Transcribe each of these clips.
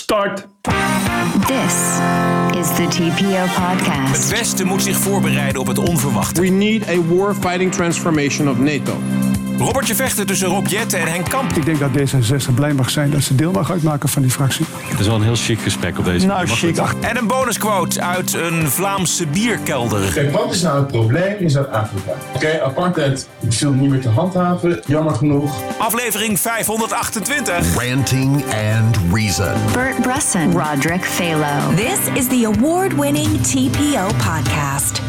Start. This is the TPO podcast. Het Westen moet zich voorbereiden op het onverwachte. We need a war-fighting transformation of NATO. Robbertje vechten tussen Rob Jetten en Henk Kamp. Ik denk dat D66 blij mag zijn dat ze deel mag uitmaken van die fractie. Het is wel een heel chic gesprek op deze Nou, chic. En een bonusquote uit een Vlaamse bierkelder. Kijk, wat is nou het probleem in Zuid-Afrika? Oké, apartheid viel niet meer te handhaven, jammer genoeg. Aflevering 528. Ranting and Reason. Bert Bresson, Roderick Phalo. This is the award-winning TPO podcast.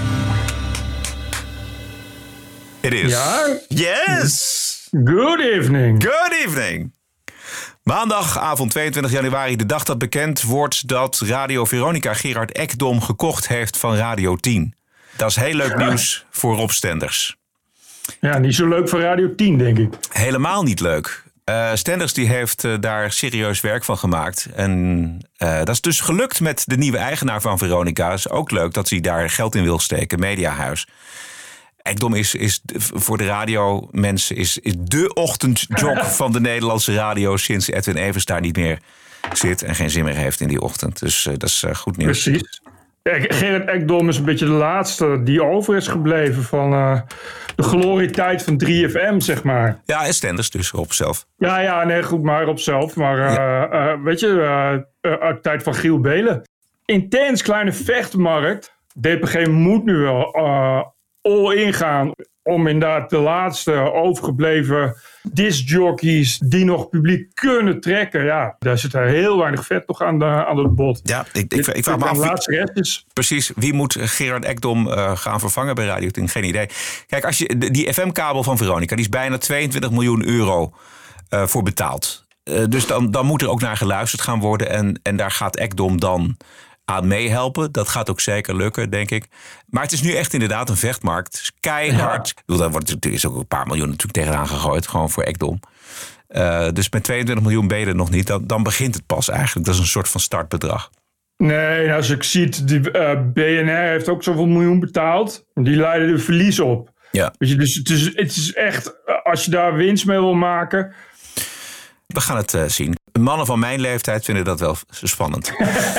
It is. Ja? Yes. Good evening. Good evening. Maandagavond 22 januari, de dag dat bekend wordt dat Radio Veronica Gerard Ekdom gekocht heeft van Radio 10. Dat is heel leuk nieuws voor Rob Stenders. Ja, niet zo leuk voor Radio 10, denk ik. Helemaal niet leuk. Stenders die heeft daar serieus werk van gemaakt. En dat is dus gelukt met de nieuwe eigenaar van Veronica. Is ook leuk dat hij daar geld in wil steken, Mediahuis. Ekdom is voor de radiomensen is de ochtendjob van de Nederlandse radio sinds Edwin Evers daar niet meer zit en geen zin meer heeft in die ochtend. Dus dat is goed nieuws. Precies. Gerard Ekdom is een beetje de laatste die over is gebleven van de glorietijd van 3FM, zeg maar. Ja, en Stenders dus op zelf. Ja, nee, goed, maar op zelf. Maar weet je, uit de tijd van Giel Belen. Intens kleine vechtmarkt. DPG moet nu wel all ingaan om inderdaad de laatste overgebleven discjockeys die nog publiek kunnen trekken. Ja, daar zit er heel weinig vet nog aan het bod. Ja, ik vraag me af. Laatste rest is. Precies, wie moet Gerard Ekdom gaan vervangen bij Radio 10? Geen idee. Kijk, als je die FM-kabel van Veronica, die is bijna 22 miljoen euro voor betaald. Dus dan moet er ook naar geluisterd gaan worden. En daar gaat Ekdom dan aan meehelpen. Dat gaat ook zeker lukken, denk ik. Maar het is nu echt inderdaad een vechtmarkt. Het is keihard. Ja. Er is ook een paar miljoen natuurlijk tegenaan gegooid. Gewoon voor Ekdom. Dus met 22 miljoen ben je er nog niet. Dan begint het pas eigenlijk. Dat is een soort van startbedrag. Nee, als ik zie, die BNR heeft ook zoveel miljoen betaald. Die leiden de verlies op. Ja. Weet je, dus het is echt, als je daar winst mee wil maken. We gaan het zien. Mannen van mijn leeftijd vinden dat wel spannend.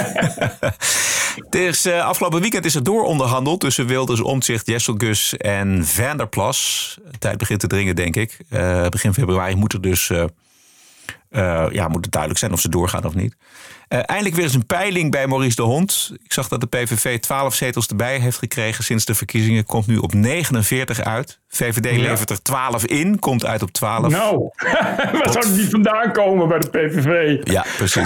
Afgelopen weekend is er dooronderhandeld tussen Wilders, Omtzigt, Jesselgus en Van der Plas. De tijd begint te dringen, denk ik. Begin februari moet er dus moet het duidelijk zijn of ze doorgaan of niet. Eindelijk weer eens een peiling bij Maurice de Hond. Ik zag dat de PVV 12 zetels erbij heeft gekregen sinds de verkiezingen. Komt nu op 49 uit. VVD levert er 12 in, komt uit op 12. Nou, waar zou die vandaan komen bij de PVV? Ja, precies.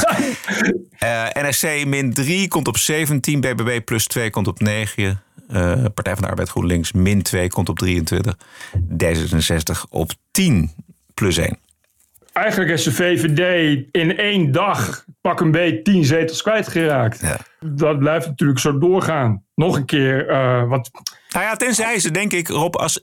NSC min 3 komt op 17. BBB plus 2 komt op 9. Partij van de Arbeid GroenLinks min 2 komt op 23. D66 op 10 plus 1. Eigenlijk is de VVD in 1 dag pak een beetje 10 zetels kwijtgeraakt. Ja. Dat blijft natuurlijk zo doorgaan. Nog een keer. Nou ja, tenzij ze, denk ik,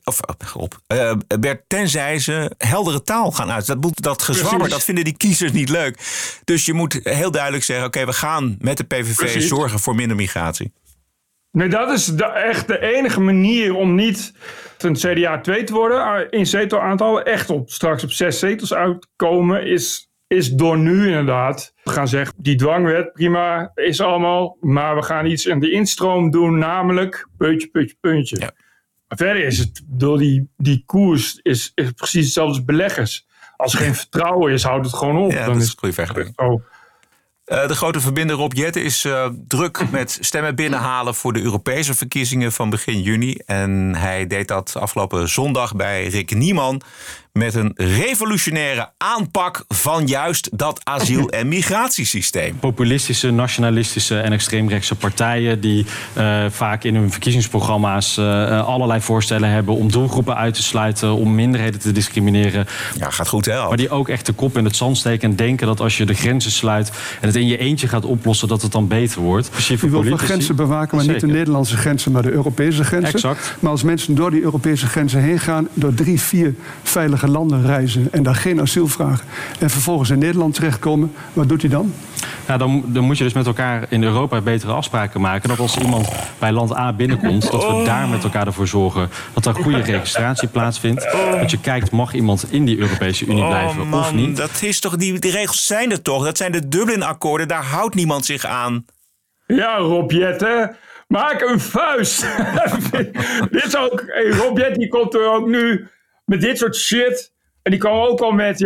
Bert, tenzij ze heldere taal gaan uit. Dat gezwabber, dat vinden die kiezers niet leuk. Dus je moet heel duidelijk zeggen, oké, we gaan met de PVV zorgen voor minder migratie. Nee, dat is echt de enige manier om niet een CDA 2 te worden. In zetelaantal echt straks op 6 zetels uitkomen is door nu inderdaad. We gaan zeggen, die dwangwet, prima, is allemaal. Maar we gaan iets aan de instroom doen, namelijk puntje. Ja. Maar verder is het, door die koers is precies hetzelfde als beleggers. Als er geen vertrouwen is, houdt het gewoon op. Ja, dan dat is een goede vergelijking. De grote verbinder Rob Jetten is druk met stemmen binnenhalen voor de Europese verkiezingen van begin juni. En hij deed dat afgelopen zondag bij Rick Nieman met een revolutionaire aanpak van juist dat asiel- en migratiesysteem. Populistische, nationalistische en extreemrechtse partijen die vaak in hun verkiezingsprogramma's allerlei voorstellen hebben om doelgroepen uit te sluiten, om minderheden te discrimineren. Ja, gaat goed hè? Maar die ook echt de kop in het zand steken en denken dat als je de grenzen sluit en het in je eentje gaat oplossen, dat het dan beter wordt. U wilt wel grenzen bewaken, maar niet de Nederlandse grenzen, maar de Europese grenzen. Exact. Maar als mensen door die Europese grenzen heen gaan, door 3-4 veilige sommige landen reizen en daar geen asiel vragen en vervolgens in Nederland terechtkomen, wat doet hij dan? Ja, dan moet je dus met elkaar in Europa betere afspraken maken. Dat als iemand bij land A binnenkomt, dat we daar met elkaar ervoor zorgen dat er goede registratie plaatsvindt. Dat je kijkt, mag iemand in die Europese Unie blijven of niet? Dat is toch, die regels zijn er toch? Dat zijn de Dublin-akkoorden, daar houdt niemand zich aan. Ja, Rob Jetten, maak een vuist. Dit is ook, Rob Jetten die komt er ook nu met dit soort shit. En die kwam ook al met,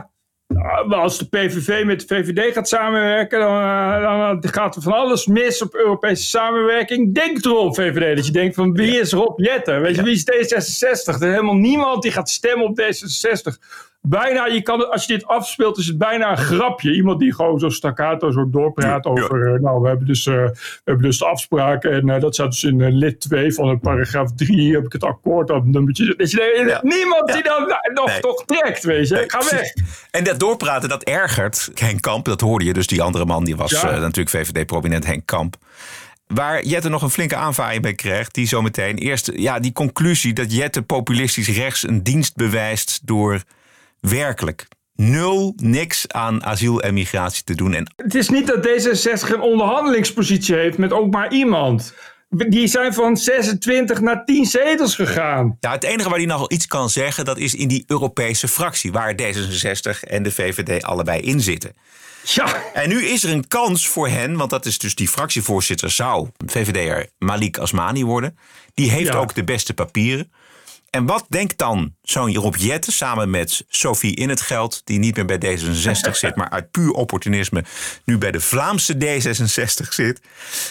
als de PVV met de VVD gaat samenwerken, dan gaat er van alles mis op Europese samenwerking. Denk erom, VVD, dat je denkt van wie is Rob Jetten? Weet je, wie is D66? Er is helemaal niemand die gaat stemmen op D66. Bijna, als je dit afspeelt, is het bijna een grapje. Iemand die gewoon zo staccato zo doorpraat over... we hebben dus de afspraken en dat staat dus in lid 2 van een paragraaf 3 heb ik het akkoord op nummertje. Niemand die dan toch trekt, weet je. Ga weg. En dat doorpraten, dat ergert Henk Kamp. Dat hoorde je dus, die andere man, die was natuurlijk VVD-prominent Henk Kamp. Waar Jetten nog een flinke aanvaring bij kreeg, die zometeen eerst... die conclusie dat Jetten populistisch rechts een dienst bewijst door... werkelijk niks aan asiel en migratie te doen. Het is niet dat D66 een onderhandelingspositie heeft met ook maar iemand. Die zijn van 26 naar 10 zetels gegaan. Ja, het enige waar hij nog iets kan zeggen, dat is in die Europese fractie, waar D66 en de VVD allebei in zitten. Ja. En nu is er een kans voor hen, want dat is dus die fractievoorzitter zou VVD'er Malik Asmani worden. Die heeft ook de beste papieren. En wat denkt dan zo'n Rob Jetten samen met Sophie In het Geld, die niet meer bij D66 zit, maar uit puur opportunisme nu bij de Vlaamse D66 zit.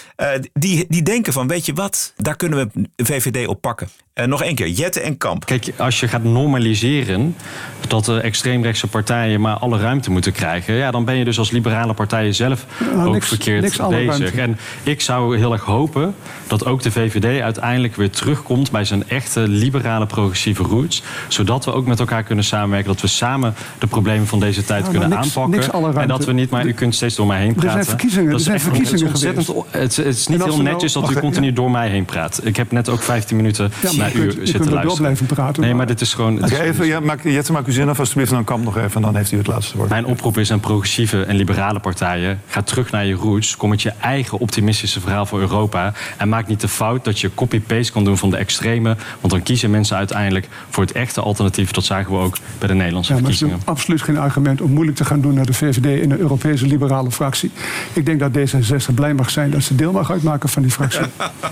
Die denken van, weet je wat, daar kunnen we de VVD op pakken. Nog één keer, Jetten en Kamp. Kijk, als je gaat normaliseren dat de extreemrechtse partijen maar alle ruimte moeten krijgen, dan ben je dus als liberale partijen zelf ook verkeerd bezig. En ik zou heel erg hopen dat ook de VVD uiteindelijk weer terugkomt bij zijn echte liberale progressieve roots, zodat we ook met elkaar kunnen samenwerken, dat we samen de problemen van deze tijd kunnen aanpakken. En dat we niet maar, u kunt steeds door mij heen praten. Er zijn verkiezingen geweest. Het is niet heel netjes dat u continu door mij heen praat. Ik heb net ook 15 minuten naar u zitten luisteren. Blijven praten. Nee, maar dit is gewoon... Jetten, maak uw zin af alsjeblieft, dan Kamp nog even en dan heeft u het laatste woord. Mijn oproep is aan progressieve en liberale partijen. Ga terug naar je roots. Kom met je eigen optimistische verhaal voor Europa. En maak niet de fout dat je copy-paste kan doen van de extreme. Want dan kiezen mensen uiteindelijk voor het echte alternatief. Dat zagen we ook bij de Nederlandse verkiezingen. Maar het is absoluut geen argument om moeilijk te gaan doen naar de VVD in de Europese liberale fractie. Ik denk dat D66 blij mag zijn dat ze deel mag uitmaken van die fractie.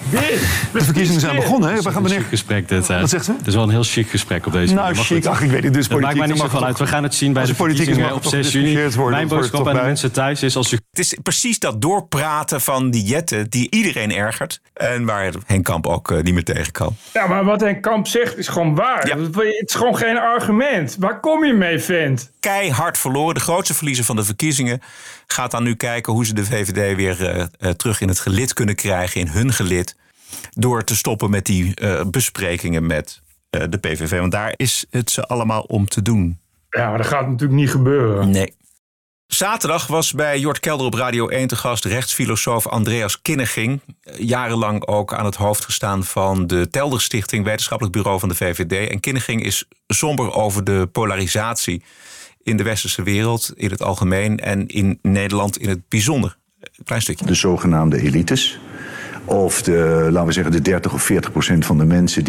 De verkiezingen zijn begonnen, hè? We gaan meneer... gesprek dit. Wat zegt ze? Het is wel een heel chic gesprek op deze manier. Nou, chic. Ach, ik weet niet. Dus dat maakt mij niet zoveel uit. We gaan het zien bij de verkiezingen op 6 juni. Mijn boodschap aan de mensen thuis is als u... Het is precies dat doorpraten van die Jetten die iedereen ergert. En waar Henk Kamp ook niet meer tegen kan. Ja, maar wat Henk Kamp zegt is gewoon waar. Ja. Het is gewoon geen argument. Waar kom je mee, vent? Keihard verloren. De grootste verliezer van de verkiezingen gaat dan nu kijken hoe ze de VVD weer terug in het gelid kunnen krijgen. In hun gelid. Door te stoppen met die besprekingen met de PVV. Want daar is het ze allemaal om te doen. Ja, maar dat gaat natuurlijk niet gebeuren. Nee. Zaterdag was bij Jort Kelder op Radio 1 te gast rechtsfilosoof Andreas Kinneging. Jarenlang ook aan het hoofd gestaan van de Telder Stichting, wetenschappelijk bureau van de VVD. En Kinneging is somber over de polarisatie in de westerse wereld in het algemeen en in Nederland in het bijzonder. Klein stukje. De zogenaamde elites. Of laten we zeggen, de 30 of 40% van de mensen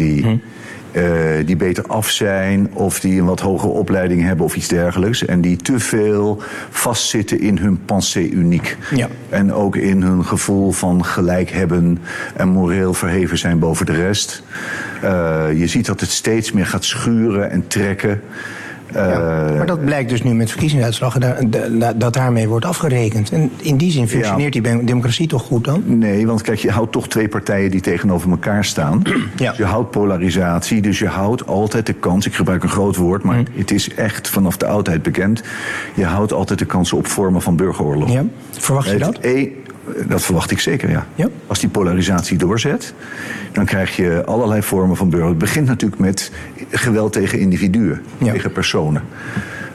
die beter af zijn, of die een wat hogere opleiding hebben of iets dergelijks. En die te veel vastzitten in hun pensée unique. Ja. En ook in hun gevoel van gelijk hebben en moreel verheven zijn boven de rest. Je ziet dat het steeds meer gaat schuren en trekken. Maar dat blijkt dus nu met verkiezingsuitslagen dat daarmee wordt afgerekend. En in die zin functioneert die democratie toch goed dan? Nee, want kijk, je houdt toch twee partijen die tegenover elkaar staan. Ja. Je houdt polarisatie, dus je houdt altijd de kans, ik gebruik een groot woord, maar het is echt vanaf de oudheid bekend. Je houdt altijd de kans op vormen van burgeroorlog. Ja. Verwacht je dat? Dat verwacht ik zeker, ja. Als die polarisatie doorzet, dan krijg je allerlei vormen van burger. Het begint natuurlijk met geweld tegen individuen, tegen personen.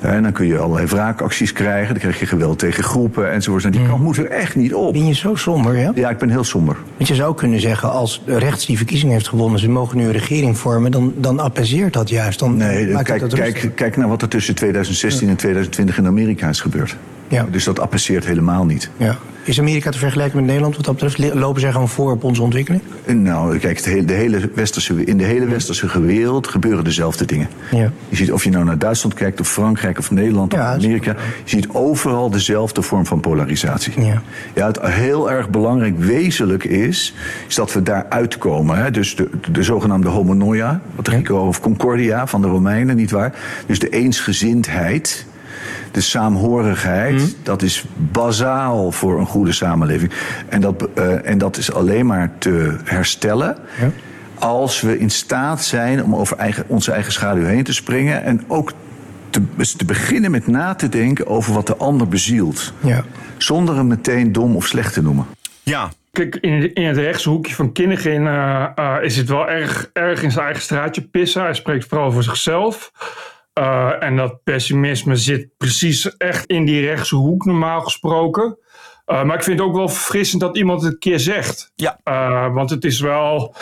En dan kun je allerlei wraakacties krijgen. Dan krijg je geweld tegen groepen enzovoort. En die kant moet er echt niet op. Ben je zo somber, ja? Ja, ik ben heel somber. Want je zou kunnen zeggen, als rechts die verkiezingen heeft gewonnen, ze mogen nu een regering vormen, dan apaiseert dat juist. Kijk naar wat er tussen 2016 en 2020 in Amerika is gebeurd. Ja. Dus dat appasseert helemaal niet. Ja. Is Amerika te vergelijken met Nederland wat dat betreft? Lopen zij gewoon voor op onze ontwikkeling? Nou, kijk, in de hele westerse wereld gebeuren dezelfde dingen. Ja. Je ziet of je nou naar Duitsland kijkt, of Frankrijk, of Nederland, of Amerika. Je ziet overal dezelfde vorm van polarisatie. Ja. Ja, het heel erg belangrijk, wezenlijk is dat we daar uitkomen. Hè? Dus de zogenaamde homonoia, wat de Grieken of concordia van de Romeinen, nietwaar? Dus de eensgezindheid. De saamhorigheid, dat is bazaal voor een goede samenleving. En dat is alleen maar te herstellen als we in staat zijn om over onze eigen schaduw heen te springen. En ook te beginnen met na te denken over wat de ander bezielt. Ja. Zonder hem meteen dom of slecht te noemen. Ja. Kijk, in het rechtse hoekje van Kinnegin is het wel erg in zijn eigen straatje pissen. Hij spreekt vooral voor zichzelf. En dat pessimisme zit precies echt in die rechtse hoek, normaal gesproken. Maar ik vind het ook wel verfrissend dat iemand het een keer zegt. Ja. Want het is wel...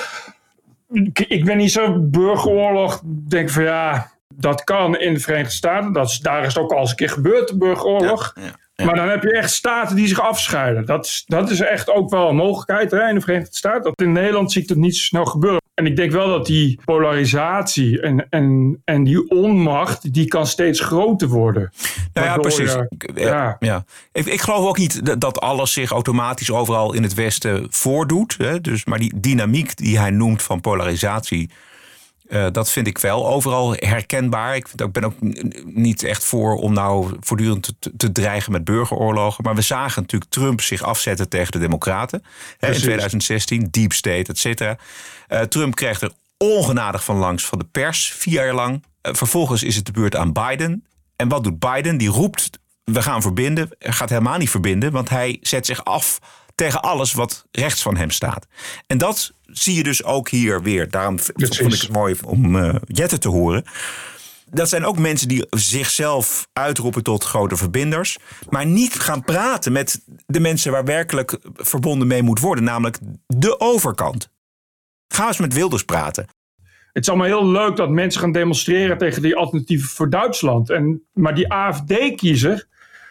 Ik ben niet zo burgeroorlog. Denk van dat kan in de Verenigde Staten. Daar is het ook al eens een keer gebeurd, de burgeroorlog. Ja. Maar dan heb je echt staten die zich afscheiden. Dat is echt ook wel een mogelijkheid hè, in de Verenigde Staten. Dat in Nederland zie ik dat niet zo snel gebeuren. En ik denk wel dat die polarisatie en die onmacht, die kan steeds groter worden. Nou ja, precies. Ik geloof ook niet dat alles zich automatisch overal in het Westen voordoet. Hè? Dus, maar die dynamiek die hij noemt van polarisatie, dat vind ik wel overal herkenbaar. Ik ben ook niet echt voor om nou voortdurend te dreigen met burgeroorlogen. Maar we zagen natuurlijk Trump zich afzetten tegen de Democraten. Hè, in 2016, deep state, et cetera. Trump kreeg er ongenadig van langs van de pers, 4 jaar lang. Vervolgens is het de beurt aan Biden. En wat doet Biden? Die roept, we gaan verbinden. Hij gaat helemaal niet verbinden, want hij zet zich af tegen alles wat rechts van hem staat. En dat zie je dus ook hier weer. Daarom vond ik het mooi om Jette te horen. Dat zijn ook mensen die zichzelf uitroepen tot grote verbinders, maar niet gaan praten met de mensen waar werkelijk verbonden mee moet worden, namelijk de overkant. Ga eens met Wilders praten. Het is allemaal heel leuk dat mensen gaan demonstreren tegen die alternatieven voor Duitsland. Maar die AfD-kiezer,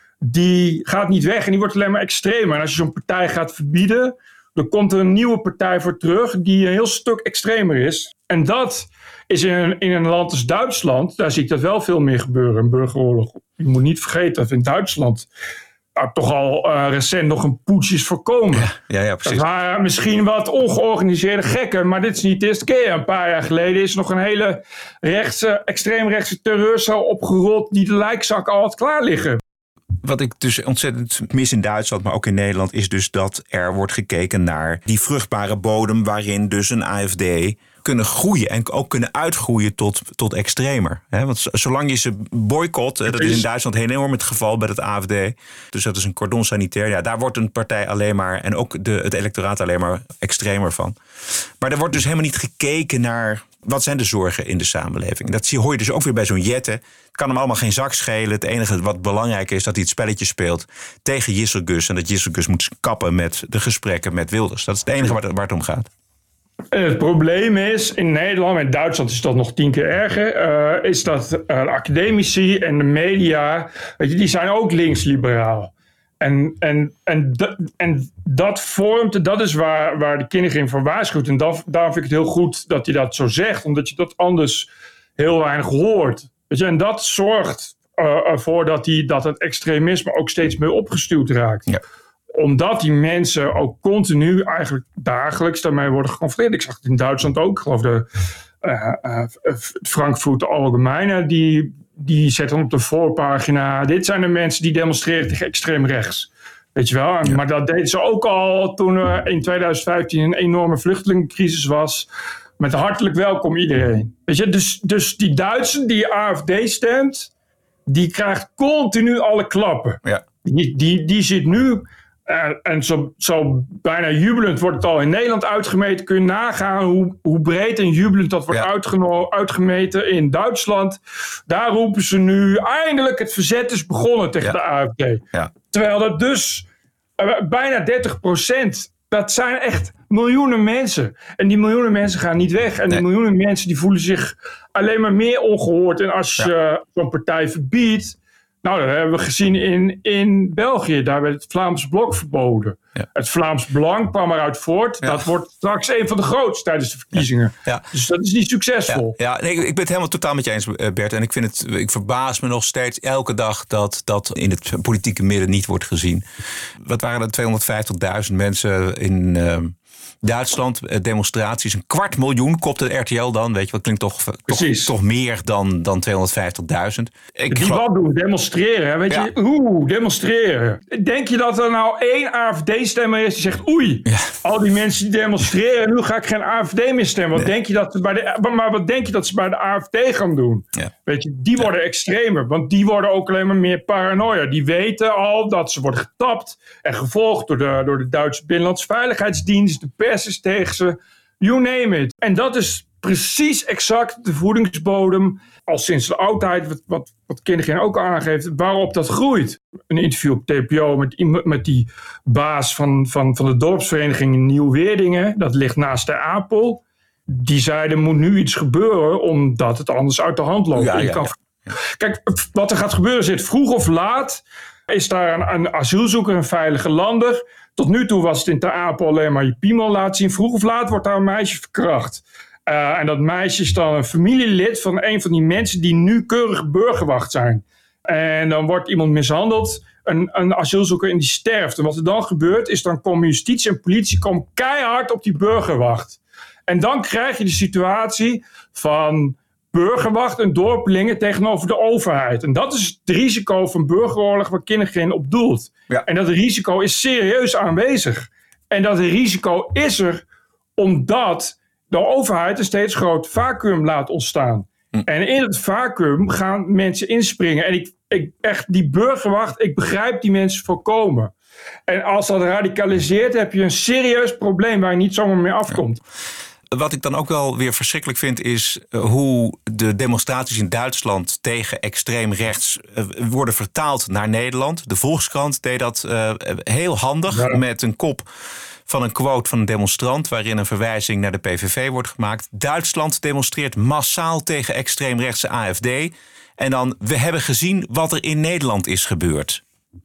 die gaat niet weg en die wordt alleen maar extremer. En als je zo'n partij gaat verbieden, dan komt er een nieuwe partij voor terug die een heel stuk extremer is. En dat is in een land als Duitsland, daar zie ik dat wel veel meer gebeuren, een burgeroorlog. Je moet niet vergeten dat in Duitsland toch al recent nog een putsch is voorkomen. Ja, precies. Dat waren misschien wat ongeorganiseerde gekken, maar dit is niet de eerste keer. Een paar jaar geleden is nog een hele extreemrechtse terreurcel opgerold die de lijkzak al had klaar liggen. Wat ik dus ontzettend mis in Duitsland, maar ook in Nederland, is dus dat er wordt gekeken naar die vruchtbare bodem waarin dus een AfD kunnen groeien en ook kunnen uitgroeien tot extremer. Want zolang je ze boycott, dat is in Duitsland heel enorm het geval bij het AfD. Dus dat is een cordon sanitair. Ja, daar wordt een partij alleen maar en ook het electoraat alleen maar extremer van. Maar er wordt dus helemaal niet gekeken naar wat zijn de zorgen in de samenleving. Dat hoor je dus ook weer bij zo'n Jette. Het kan hem allemaal geen zak schelen. Het enige wat belangrijk is dat hij het spelletje speelt tegen Gisselgus. En dat Gisselgus moet kappen met de gesprekken met Wilders. Dat is het enige waar het om gaat. Het probleem is, in Nederland en Duitsland is dat nog 10 keer erger, is dat de academici en de media, die zijn ook linksliberaal. En dat vormt, dat is waar de Kinnegin voor waarschuwt. En daarom vind ik het heel goed dat hij dat zo zegt, omdat je dat anders heel weinig hoort. Weet je? En dat zorgt ervoor dat het extremisme ook steeds meer opgestuwd raakt. Ja. Omdat die mensen ook continu eigenlijk dagelijks daarmee worden geconfronteerd. Ik zag het in Duitsland ook. Ik geloof de Frankfurter Allgemeine, die zetten op de voorpagina. Dit zijn de mensen die demonstreren tegen extreem rechts. Weet je wel? Ja. Maar dat deden ze ook al toen er in 2015 een enorme vluchtelingencrisis was. Met hartelijk welkom iedereen. Weet je? Dus die Duitser die AfD stemt, die krijgt continu alle klappen. Ja. Die zit nu En zo bijna jubelend wordt het al in Nederland uitgemeten. Kun je nagaan hoe breed en jubelend dat wordt uitgemeten in Duitsland. Daar roepen ze nu eindelijk het verzet is begonnen tegen de AfD. Ja. Terwijl dat dus bijna 30%, dat zijn echt miljoenen mensen. En die miljoenen mensen gaan niet weg. En die miljoenen mensen die voelen zich alleen maar meer ongehoord. En als je zo'n partij verbiedt, nou, dat hebben we gezien in België. Daar werd het Vlaams Blok verboden. Ja. Het Vlaams Belang kwam eruit voort. Ja. Dat wordt straks een van de grootste tijdens de verkiezingen. Ja. Dus dat is niet succesvol. Nee, ik ben het helemaal totaal met je eens, Bert. En ik verbaas me nog steeds elke dag dat in het politieke midden niet wordt gezien. Wat waren er 250.000 mensen in Duitsland, demonstraties, 250.000 kopte RTL dan, weet je wat, klinkt toch meer dan 250.000. Wat doen? Demonstreren, weet je? Demonstreren. Denk je dat er nou één AfD-stemmer is die zegt, oei, al die mensen die demonstreren, nu ga ik geen AfD meer stemmen. Wat denk je dat ze bij de AfD gaan doen? Ja. Weet je, die worden extremer, want die worden ook alleen maar meer paranoia. Die weten al dat ze worden getapt en gevolgd door de Duitse Binnenlandse Veiligheidsdienst, de pers is tegen ze, you name it. En dat is precies exact de voedingsbodem, al sinds de oudheid, wat Kinderen ook aangeeft, waarop dat groeit. Een interview op TPO met die baas van de dorpsvereniging in Nieuw-Weerdingen, dat ligt naast de Apel. Die zei, er moet nu iets gebeuren, omdat het anders uit de hand loopt. Kijk, wat er gaat gebeuren zit vroeg of laat, is daar een asielzoeker, een veilige lander. Tot nu toe was het in Ter Apel alleen maar je piemel laten zien. Vroeg of laat wordt daar een meisje verkracht. En dat meisje is dan een familielid van een van die mensen die nu keurig burgerwacht zijn. En dan wordt iemand mishandeld, een asielzoeker, en die sterft. En wat er dan gebeurt is, dan komen justitie en politie keihard op die burgerwacht. En dan krijg je de situatie van burgerwacht en dorpelingen tegenover de overheid. En dat is het risico van burgeroorlog waar Kinderen op doelt. Ja. En dat risico is serieus aanwezig. En dat risico is er omdat de overheid een steeds groot vacuüm laat ontstaan. En in het vacuüm gaan mensen inspringen. En die burgerwacht, ik begrijp die mensen volkomen. En als dat radicaliseert, heb je een serieus probleem waar je niet zomaar mee afkomt. Wat ik dan ook wel weer verschrikkelijk vind, is hoe de demonstraties in Duitsland tegen extreem rechts worden vertaald naar Nederland. De Volkskrant deed dat heel handig met een kop van een quote van een demonstrant waarin een verwijzing naar de PVV wordt gemaakt. Duitsland demonstreert massaal tegen extreemrechtse AfD. En dan, we hebben gezien wat er in Nederland is gebeurd.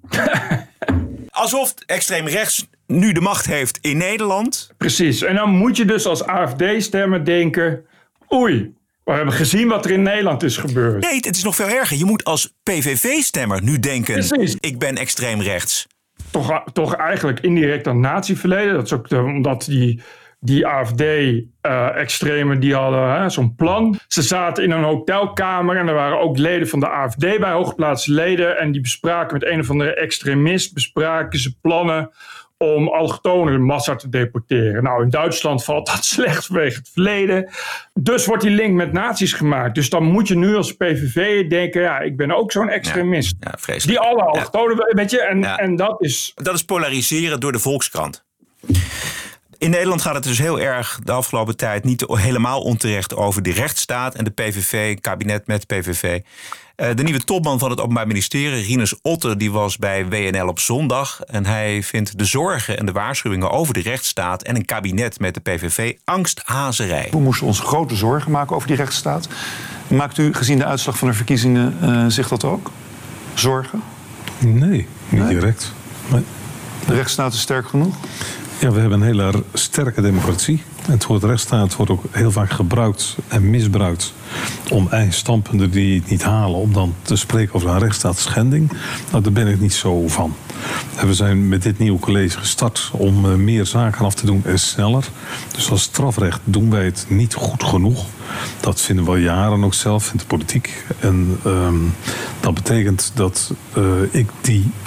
Alsof extreem rechts nu de macht heeft in Nederland. Precies. En dan moet je dus als AfD-stemmer denken, oei, we hebben gezien wat er in Nederland is gebeurd. Nee, het is nog veel erger. Je moet als PVV-stemmer nu denken, precies, ik ben extreem rechts. Toch eigenlijk indirect aan natieverleden. Dat is ook omdat die AfD-extremen die hadden zo'n plan. Ze zaten in een hotelkamer en er waren ook leden van de AfD bij, hooggeplaatste leden. En die bespraken met een of andere extremist, bespraken ze plannen om allochtonen de massa te deporteren. Nou, in Duitsland valt dat slecht vanwege het verleden. Dus wordt die link met nazi's gemaakt. Dus dan moet je nu als PVV denken, ik ben ook zo'n extremist. Ja, vreselijk. Die alle allochtonen, weet je, en dat is... Dat is polariseren door de Volkskrant. In Nederland gaat het dus heel erg de afgelopen tijd niet helemaal onterecht over de rechtsstaat en de PVV, kabinet met PVV. De nieuwe topman van het Openbaar Ministerie, Rinus Otte, die was bij WNL op zondag. En hij vindt de zorgen en de waarschuwingen over de rechtsstaat en een kabinet met de PVV angsthazerij. We moesten ons grote zorgen maken over die rechtsstaat. Maakt u, gezien de uitslag van de verkiezingen, zich dat ook? Zorgen? Nee, niet direct. Nee. De rechtsstaat is sterk genoeg? Ja, we hebben een hele sterke democratie. En het woord rechtsstaat wordt ook heel vaak gebruikt en misbruikt om standpunten die het niet halen, om dan te spreken over een rechtsstaatsschending. Nou, daar ben ik niet zo van. En we zijn met dit nieuwe college gestart om meer zaken af te doen en sneller. Dus als strafrecht doen wij het niet goed genoeg. Dat vinden we al jaren ook zelf in de politiek. En dat betekent dat ik die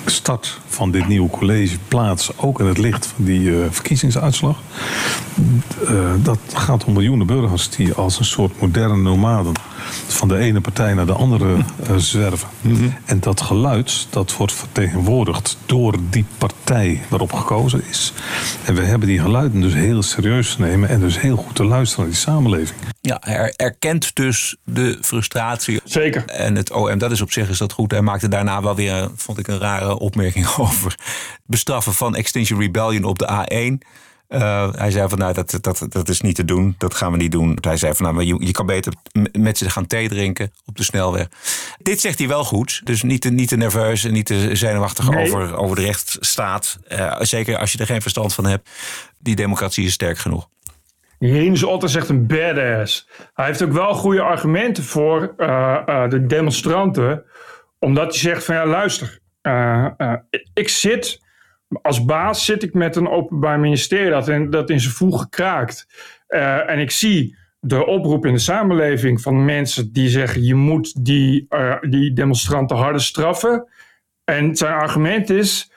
start van dit nieuwe college plaats, ook in het licht van die verkiezingsuitslag. Dat gaat om miljoenen burgers die als een soort moderne nomaden van de ene partij naar de andere zwerven. Mm-hmm. En dat geluid, dat wordt vertegenwoordigd door die partij waarop gekozen is. En we hebben die geluiden dus heel serieus te nemen en dus heel goed te luisteren naar die samenleving. Ja, hij erkent dus de frustratie. Zeker. En het OM, dat is op zich is dat goed. Hij maakte daarna wel weer, vond ik, een rare opmerking over bestraffen van Extinction Rebellion op de A1. Hij zei van, nou, dat is niet te doen. Dat gaan we niet doen. Hij zei van, nou, je kan beter met ze gaan thee drinken op de snelweg. Dit zegt hij wel goed. Dus niet te nerveus en niet te zenuwachtig over de rechtsstaat. Zeker als je er geen verstand van hebt. Die democratie is sterk genoeg. Rinus Otten is echt een badass. Hij heeft ook wel goede argumenten voor de demonstranten. Omdat hij zegt van, ja, luister. Als baas zit ik met een openbaar ministerie dat in zijn voegen kraakt. En ik zie de oproep in de samenleving van mensen die zeggen, je moet die demonstranten harder straffen. En zijn argument is,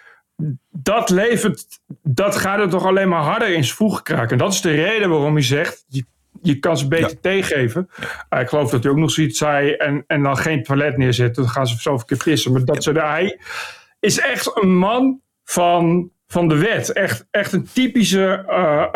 dat gaat er toch alleen maar harder in zijn voegen kraken. En dat is de reden waarom hij zegt, je kan ze beter tegengeven. Ik geloof dat hij ook nog zoiets zei en dan geen toilet neerzetten. Dan gaan ze zoveel keer pissen. Maar hij is echt een man van de wet. Echt een typische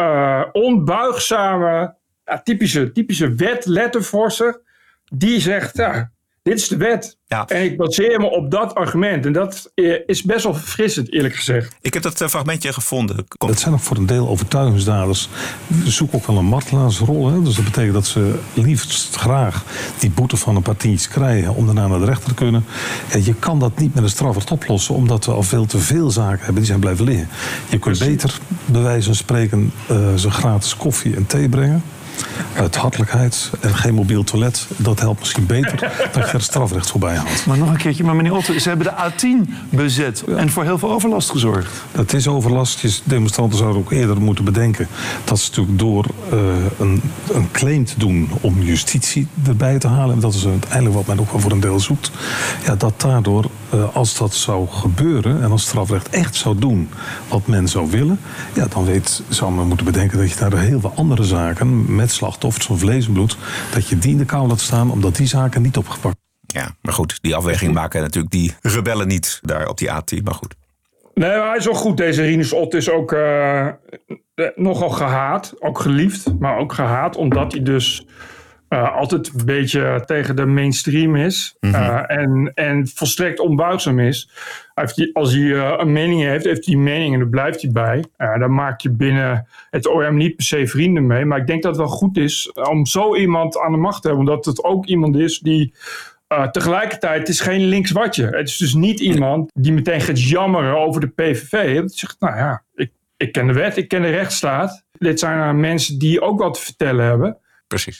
onbuigzame, typische wet-lettervorser. Die zegt, ja, dit is de wet. Ja. En ik baseer me op dat argument. En dat is best wel verfrissend, eerlijk gezegd. Ik heb dat fragmentje gevonden. Het zijn ook voor een deel overtuigingsdaders. We zoeken ook wel een martelaarsrol. Hè? Dus dat betekent dat ze liefst graag die boete van een partij krijgen om daarna naar de rechter te kunnen. En je kan dat niet met een strafrecht oplossen, omdat we al veel te veel zaken hebben die zijn blijven liggen. Je kunt beter, bij wijze van spreken, ze gratis koffie en thee brengen. Uit hartelijkheid en geen mobiel toilet. Dat helpt misschien beter dan je het strafrecht voorbij haalt. Maar nog een keertje, maar meneer Otten, ze hebben de A10 bezet en voor heel veel overlast gezorgd. Dat is overlast. Demonstranten zouden ook eerder moeten bedenken dat ze natuurlijk door een claim te doen om justitie erbij te halen, en dat is uiteindelijk wat men ook wel voor een deel zoekt, ja, dat daardoor, als dat zou gebeuren en als strafrecht echt zou doen wat men zou willen, ja, dan zou men moeten bedenken dat je daar heel veel andere zaken met slachtoffers van vlees en bloed, dat je die in de kou laat staan, omdat die zaken niet opgepakt. Ja, maar goed, die afweging maken natuurlijk die rebellen niet daar op die A10, maar goed. Nee, maar hij is wel goed. Deze Rinus Otten is ook nogal gehaat, ook geliefd, maar ook gehaat, omdat hij dus altijd een beetje tegen de mainstream is. Mm-hmm. En volstrekt onbuigzaam is. Als hij een mening heeft hij die mening en daar blijft hij bij. Daar maak je binnen het OM niet per se vrienden mee. Maar ik denk dat het wel goed is om zo iemand aan de macht te hebben. Omdat het ook iemand is die tegelijkertijd, het is geen links-watje. Het is dus niet iemand die meteen gaat jammeren over de PVV. Het zegt, nou ja, ik ken de wet, ik ken de rechtsstaat. Dit zijn mensen die ook wat te vertellen hebben. Precies.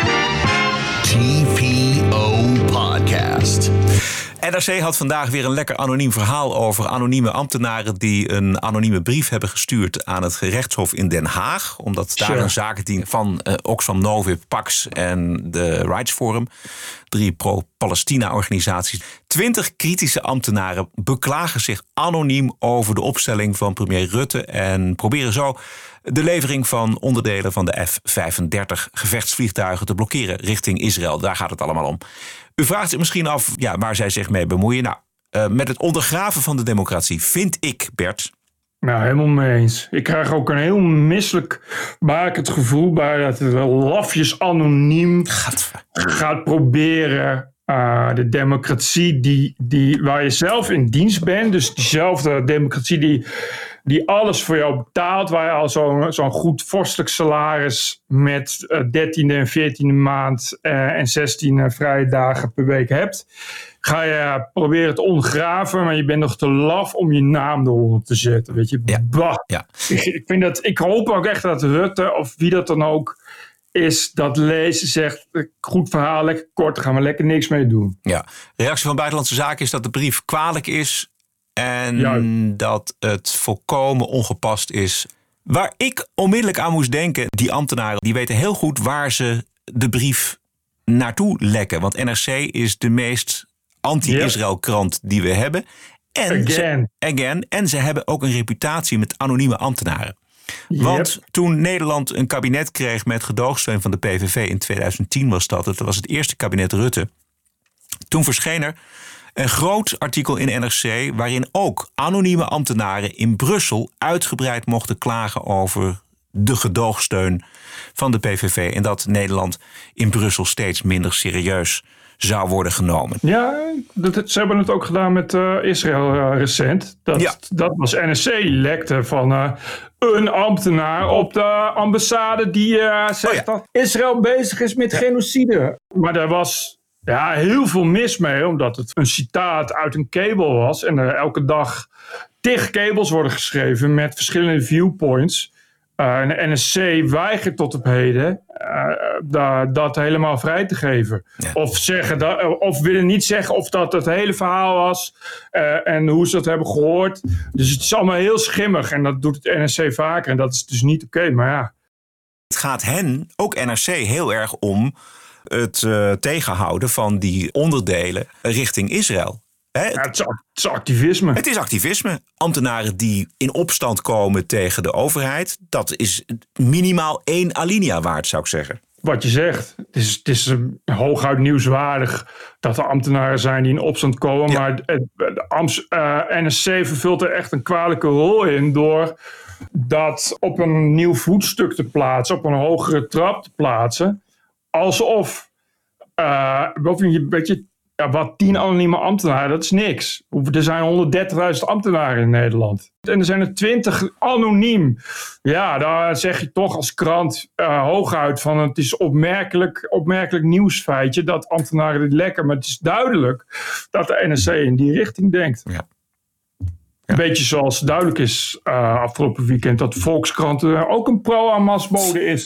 TPO Podcast. NRC had vandaag weer een lekker anoniem verhaal over anonieme ambtenaren die een anonieme brief hebben gestuurd aan het gerechtshof in Den Haag. Omdat daar een zakenteam van Oxfam Novib, Pax en de Rights Forum, 3 pro-Palestina-organisaties, 20 kritische ambtenaren beklagen zich anoniem over de opstelling van premier Rutte en proberen zo de levering van onderdelen van de F-35 gevechtsvliegtuigen te blokkeren richting Israël. Daar gaat het allemaal om. U vraagt zich misschien af waar zij zich mee bemoeien. Nou, met het ondergraven van de democratie vind ik, Bert. Nou, helemaal mee eens. Ik krijg ook een heel misselijkmakend gevoel bij dat het lafjes anoniem gaat proberen de democratie waar je zelf in dienst bent. Dus diezelfde democratie die alles voor jou betaalt, waar je al zo'n goed vorstelijk salaris met 13e en 14e maand en 16 vrije dagen per week hebt. Ga je proberen te ondergraven, maar je bent nog te laf om je naam eronder te zetten. Weet je, Ja. Ik hoop ook echt dat Rutte, of wie dat dan ook is, dat lezen zegt, goed verhaal, lekker kort, daar gaan we lekker niks mee doen. Ja, reactie van Buitenlandse Zaken is dat de brief kwalijk is en dat het volkomen ongepast is. Waar ik onmiddellijk aan moest denken, die ambtenaren die weten heel goed waar ze de brief naartoe lekken. Want NRC is de meest anti-Israël krant die we hebben. En ze hebben ook een reputatie met anonieme ambtenaren. Want toen Nederland een kabinet kreeg met gedoogsteun van de PVV in 2010 was dat. Het was het eerste kabinet Rutte. Toen verscheen er een groot artikel in NRC waarin ook anonieme ambtenaren in Brussel uitgebreid mochten klagen over de gedoogsteun van de PVV. En dat Nederland in Brussel steeds minder serieus zou worden genomen. Ja, ze hebben het ook gedaan met Israël recent. Dat was NRC, die lekte van een ambtenaar op de ambassade die zegt dat Israël bezig is met genocide. Maar daar was heel veel mis mee, omdat het een citaat uit een kabel was. En er elke dag 10 kabels worden geschreven met verschillende viewpoints. En de NSC weigert tot op heden dat helemaal vrij te geven. Ja. Of willen niet zeggen of dat het hele verhaal was en hoe ze dat hebben gehoord. Dus het is allemaal heel schimmig en dat doet het NRC vaker en dat is dus niet oké, maar ja. Het gaat hen, ook NRC, heel erg om het tegenhouden van die onderdelen richting Israël. Het is activisme. Het is activisme. Ambtenaren die in opstand komen tegen de overheid, dat is minimaal 1 alinea waard, zou ik zeggen. Wat je zegt, het is hooguit nieuwswaardig dat er ambtenaren zijn die in opstand komen. Ja. Maar de NSC vervult er echt een kwalijke rol in door dat op een nieuw voetstuk te plaatsen, op een hogere trap te plaatsen. Alsof een beetje. Ja, wat 10 anonieme ambtenaren, dat is niks. Er zijn 130.000 ambtenaren in Nederland. En er zijn er 20 anoniem. Ja, daar zeg je toch als krant hooguit van het is opmerkelijk nieuwsfeitje dat ambtenaren dit lekken. Maar het is duidelijk dat de NRC in die richting denkt. Ja. Een beetje zoals duidelijk is afgelopen weekend dat Volkskrant ook een pro-Hamas-bode is.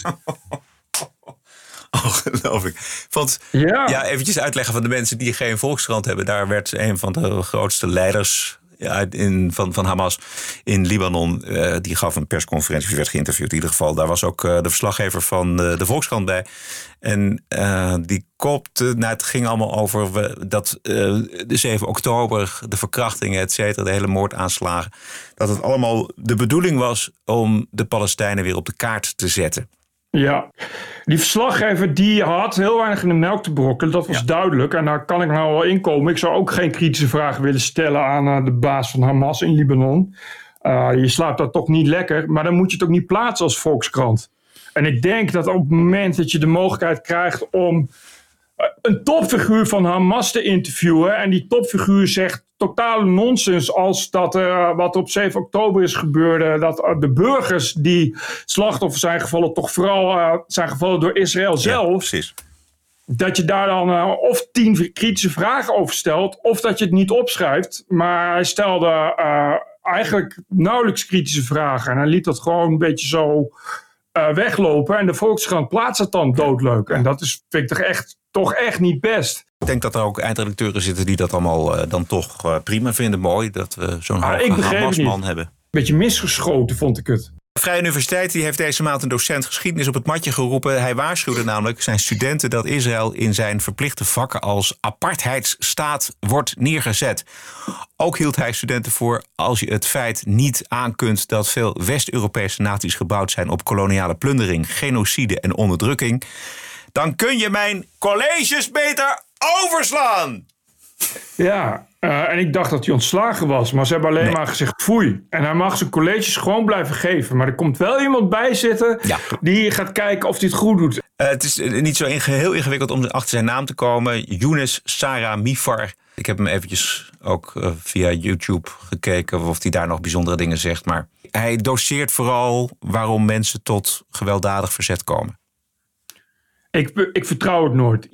Ongelooflijk. Want eventjes uitleggen van de mensen die geen Volkskrant hebben. Daar werd een van de grootste leiders van Hamas in Libanon. Die gaf een persconferentie, werd geïnterviewd in ieder geval. Daar was ook de verslaggever van de Volkskrant bij. En die kopte, het ging allemaal over dat de 7 oktober, de verkrachtingen, et cetera, de hele moordaanslagen. Dat het allemaal de bedoeling was om de Palestijnen weer op de kaart te zetten. Ja, die verslaggever die had heel weinig in de melk te brokkelen. Dat was duidelijk en daar kan ik nou wel inkomen. Ik zou ook geen kritische vragen willen stellen aan de baas van Hamas in Libanon. Je slaapt dat toch niet lekker, maar dan moet je het ook niet plaatsen als Volkskrant. En ik denk dat op het moment dat je de mogelijkheid krijgt om een topfiguur van Hamas te interviewen en die topfiguur zegt totale nonsens als dat wat op 7 oktober is gebeurd, dat de burgers die slachtoffer zijn gevallen toch vooral zijn gevallen door Israël zelf. Ja, precies. Dat je daar dan of 10 kritische vragen over stelt of dat je het niet opschrijft. Maar hij stelde eigenlijk nauwelijks kritische vragen en hij liet dat gewoon een beetje zo weglopen en de Volkskrant plaatst het dan doodleuk. En dat vind ik toch echt niet best. Ik denk dat er ook eindredacteuren zitten die dat allemaal dan toch prima vinden. Mooi dat we zo'n hoge Hamasman hebben. Beetje misgeschoten vond ik het. De Vrije Universiteit die heeft deze maand een docent geschiedenis op het matje geroepen. Hij waarschuwde namelijk zijn studenten dat Israël in zijn verplichte vakken als apartheidsstaat wordt neergezet. Ook hield hij studenten voor, als je het feit niet aankunt dat veel West-Europese naties gebouwd zijn op koloniale plundering, genocide en onderdrukking, dan kun je mijn colleges beter overslaan. Ja, en ik dacht dat hij ontslagen was. Maar ze hebben alleen maar gezegd foei. En hij mag zijn colleges gewoon blijven geven. Maar er komt wel iemand bij zitten die gaat kijken of hij het goed doet. Het is niet zo heel ingewikkeld om achter zijn naam te komen. Younes Sarah Mifar. Ik heb hem eventjes ook via YouTube gekeken of hij daar nog bijzondere dingen zegt. Maar hij doseert vooral waarom mensen tot gewelddadig verzet komen. Ik vertrouw het nooit.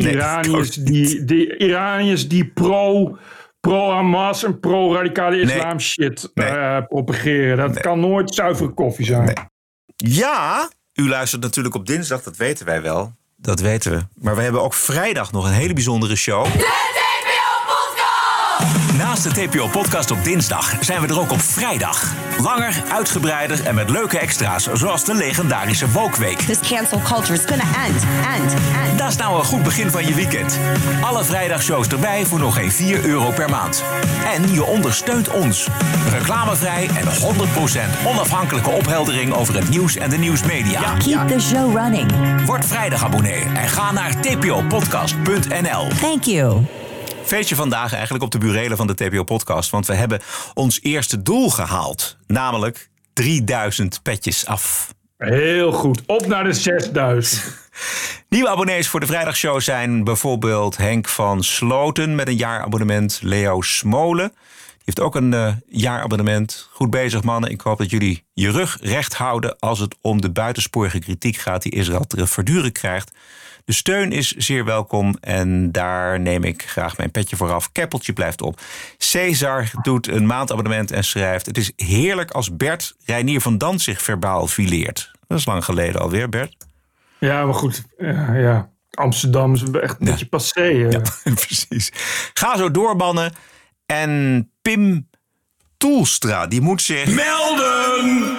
Iraniërs die pro-Hamas en pro-radicale islam shit propageren. Dat kan nooit zuivere koffie zijn. Nee. Ja, u luistert natuurlijk op dinsdag, dat weten wij wel. Dat weten we. Maar we hebben ook vrijdag nog een hele bijzondere show. De TPO-podcast! Naast de TPO-podcast op dinsdag zijn we er ook op vrijdag. Langer, uitgebreider en met leuke extra's, zoals de legendarische Woke-week. This cancel culture is gonna end. Dat is nou een goed begin van je weekend. Alle vrijdagshows erbij voor nog geen €4 per maand. En je ondersteunt ons. Reclamevrij en 100% onafhankelijke opheldering over het nieuws en de nieuwsmedia. Keep the show running. Word vrijdagabonnee en ga naar tpopodcast.nl. Thank you. Feestje vandaag eigenlijk op de burelen van de TPO-podcast. Want we hebben ons eerste doel gehaald. Namelijk 3000 petjes af. Heel goed. Op naar de 6000. Nieuwe abonnees voor de vrijdagshow zijn bijvoorbeeld Henk van Sloten met een jaarabonnement. Leo Smolen. Die heeft ook een jaarabonnement. Goed bezig, mannen. Ik hoop dat jullie je rug recht houden als het om de buitensporige kritiek gaat die Israël te verduren krijgt. De steun is zeer welkom en daar neem ik graag mijn petje voor af. Keppeltje blijft op. Cesar doet een maandabonnement en schrijft: het is heerlijk als Bert Reinier van Dantzig verbaal fileert. Dat is lang geleden alweer, Bert. Ja, maar goed. Ja. Amsterdam is echt een beetje passé. Ja, precies. Ga zo door, mannen. En Pim Toelstra, die moet zich melden!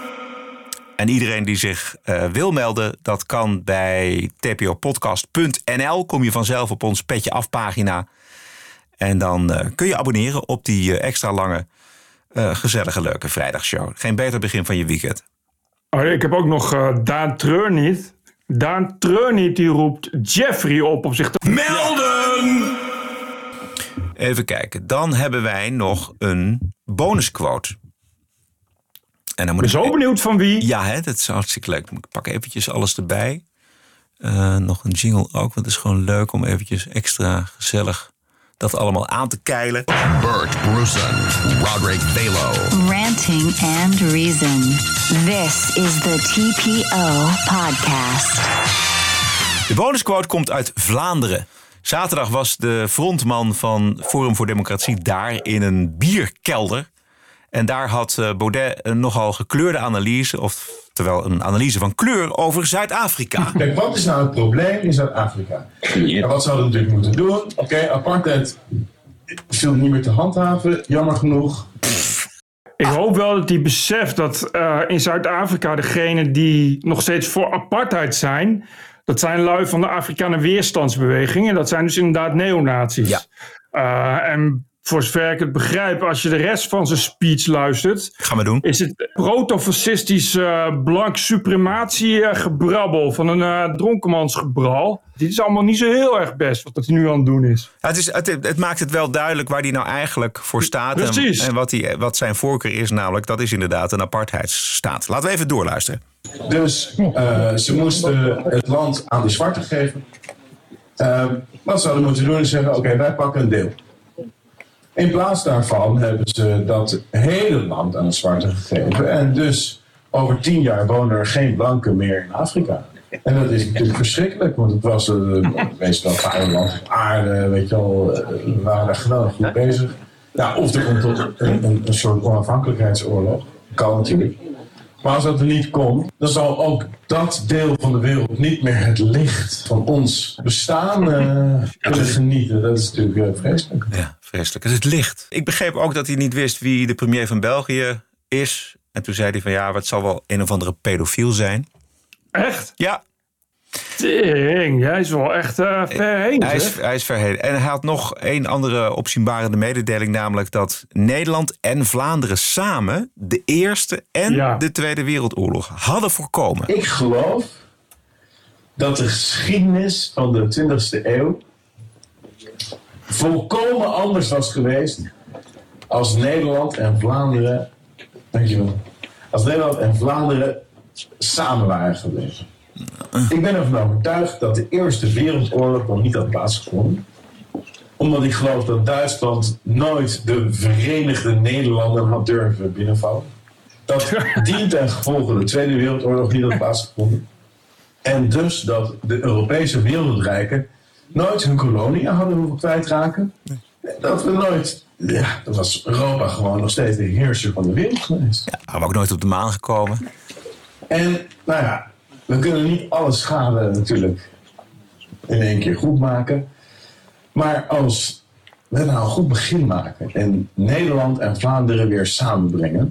En iedereen die zich wil melden, dat kan bij tpopodcast.nl. Kom je vanzelf op ons Petje Af pagina. En dan kun je abonneren op die extra lange, gezellige, leuke vrijdagshow. Geen beter begin van je weekend. Oh, ik heb ook nog Daan Treurniet. Daan Treurniet die roept Jeffrey op zich te melden! Even kijken. Dan hebben wij nog een bonusquote. En dan moet ik ben zo benieuwd van wie. Ja, hè, dat is hartstikke leuk. Ik pak eventjes alles erbij. Nog een jingle ook, want het is gewoon leuk om eventjes extra gezellig dat allemaal aan te keilen. Bert Brussen, Roderick Balo. Ranting and Reason. This is the TPO podcast. De bonusquote komt uit Vlaanderen. Zaterdag was de frontman van Forum voor Democratie daar in een bierkelder. En daar had Baudet een nogal gekleurde analyse, oftewel een analyse van kleur over Zuid-Afrika. Kijk, wat is nou het probleem in Zuid-Afrika? En wat zouden we natuurlijk moeten doen? Oké, apartheid viel niet meer te handhaven, jammer genoeg. Ik hoop wel dat hij beseft dat in Zuid-Afrika degenen die nog steeds voor apartheid zijn, dat zijn lui van de Afrikaanse weerstandsbeweging. En dat zijn dus inderdaad neonazies. Ja. En voor zover ik het begrijp, als je de rest van zijn speech luistert, gaan we doen. Is het protofascistisch blank suprematiegebrabbel van een dronkenmansgebral. Dit is allemaal niet zo heel erg best wat hij nu aan het doen is. Ja, het maakt het wel duidelijk waar hij nou eigenlijk voor staat. Precies. En wat zijn voorkeur is namelijk, dat is inderdaad een apartheidsstaat. Laten we even doorluisteren. Dus ze moesten het land aan de zwarten geven. Wat zouden moeten doen is zeggen, oké, wij pakken een deel. In plaats daarvan hebben ze dat hele land aan de zwarte gegeven. En dus over 10 jaar wonen er geen blanken meer in Afrika. En dat is natuurlijk verschrikkelijk, want het was meest wel een land op aarde, weet je wel. We waren daar geweldig goed bezig. Nou, of er komt tot een soort onafhankelijkheidsoorlog. Kan natuurlijk. Maar als dat er niet komt, dan zal ook dat deel van de wereld niet meer het licht van ons bestaan kunnen genieten. Dat is natuurlijk vreselijk. Ja, vreselijk. Het is het licht. Ik begreep ook dat hij niet wist wie de premier van België is. En toen zei hij van ja, het zal wel een of andere pedofiel zijn. Echt? Ja. Ding, jij is wel echt ver heen. Hij is ver heen. En hij had nog één andere opzienbarende mededeling, namelijk dat Nederland en Vlaanderen samen de Eerste en de Tweede Wereldoorlog hadden voorkomen. Ik geloof dat de geschiedenis van de 20e eeuw volkomen anders was geweest als Nederland en Vlaanderen, dankjewel, als Nederland en Vlaanderen samen waren gebleven. Ik ben ervan overtuigd dat de Eerste Wereldoorlog nog niet had plaatsgevonden. Omdat ik geloof dat Duitsland nooit de Verenigde Nederlanden had durven binnenvallen. Dat dient ten gevolge de Tweede Wereldoorlog niet had plaatsgevonden. En dus dat de Europese wereldrijken nooit hun koloniën hadden hoeven kwijtraken. Dat we nooit... Ja, dat was Europa gewoon nog steeds de heerser van de wereld geweest. Ja, hadden we ook nooit op de maan gekomen. En, nou ja... We kunnen niet alle schade natuurlijk in één keer goed maken. Maar als we nou een goed begin maken en Nederland en Vlaanderen weer samenbrengen,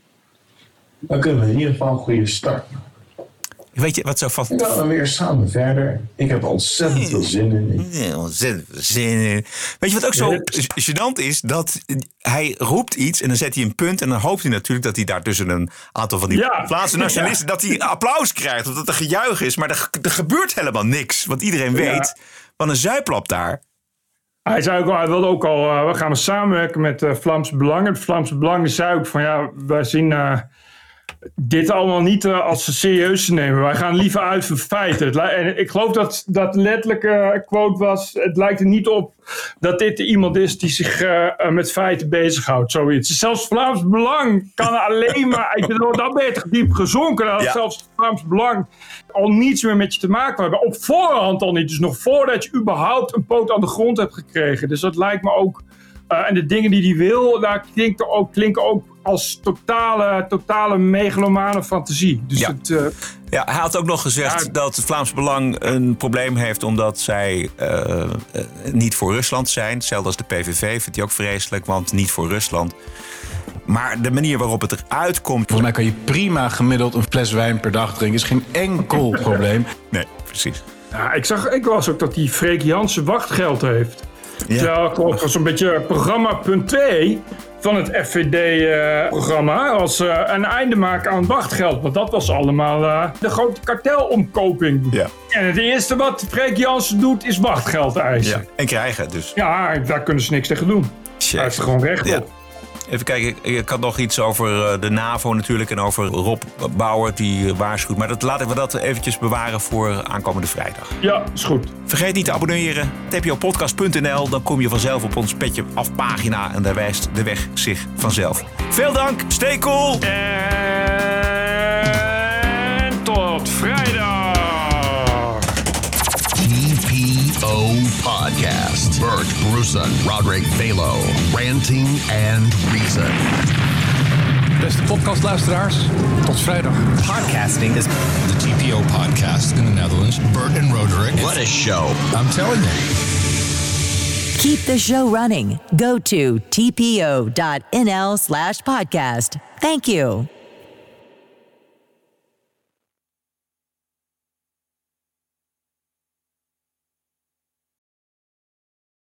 dan kunnen we in ieder geval een goede start maken. Weet je wat zo vast... En dan gaan we weer samen verder. Ik heb ontzettend veel zin in. Weet je wat ook zo gênant is? Dat hij roept iets en dan zet hij een punt. En dan hoopt hij natuurlijk dat hij daar tussen een aantal van die Vlaamse nationalisten... dat hij applaus krijgt of dat er gejuich is. Maar er gebeurt helemaal niks. Want iedereen weet van een zuiplap daar. Hij zei ook al, hij wilde ook al, we gaan samenwerken met Vlaams Belang. Het Vlaams Belang zei ook van wij zien dit allemaal niet als serieus te nemen. Wij gaan liever uit van feiten. En ik geloof dat letterlijke quote was, het lijkt er niet op dat dit iemand is die zich met feiten bezighoudt. Zoiets. Zelfs Vlaams Belang kan alleen maar, dan ben je toch diep gezonken. Dat zelfs Vlaams Belang al niets meer met je te maken hebben. Op voorhand al niet. Dus nog voordat je überhaupt een poot aan de grond hebt gekregen. Dus dat lijkt me ook... en de dingen die hij wil, daar klinken ook als totale megalomane fantasie. Dus hij had ook nog gezegd dat het Vlaams Belang een probleem heeft omdat zij niet voor Rusland zijn. Hetzelfde als de PVV, vindt hij ook vreselijk, want niet voor Rusland. Maar de manier waarop het eruit komt... Volgens mij kan je prima gemiddeld een fles wijn per dag drinken. Is geen enkel probleem. Nee, precies. Ja, ik las ook dat die Freek Jansen wachtgeld heeft. Ja, klopt. Zo'n beetje programma punt 2 van het FVD-programma. Als een einde maken aan wachtgeld. Want dat was allemaal de grote kartelomkoping. Ja. En het eerste wat Freek Jansen doet is wachtgeld eisen. Ja. En krijgen dus. Ja, daar kunnen ze niks tegen doen. Hij heeft er gewoon recht op. Even kijken, ik had nog iets over de NAVO natuurlijk en over Rob Bauer die waarschuwt. Maar laten we dat eventjes bewaren voor aankomende vrijdag. Ja, is goed. Vergeet niet te abonneren. tpopodcast.nl, dan kom je vanzelf op ons Petje Af pagina en daar wijst de weg zich vanzelf. Veel dank, stay cool! En tot vrijdag! TPO Podcast. Bert Brussen, Roderick Balo, Ranting and Reason. Beste podcastluisteraars, tot vrijdag. Podcasting is the TPO Podcast in the Netherlands. Bert and Roderick. What a show. I'm telling you. Keep the show running. Go to tpo.nl/podcast. Thank you.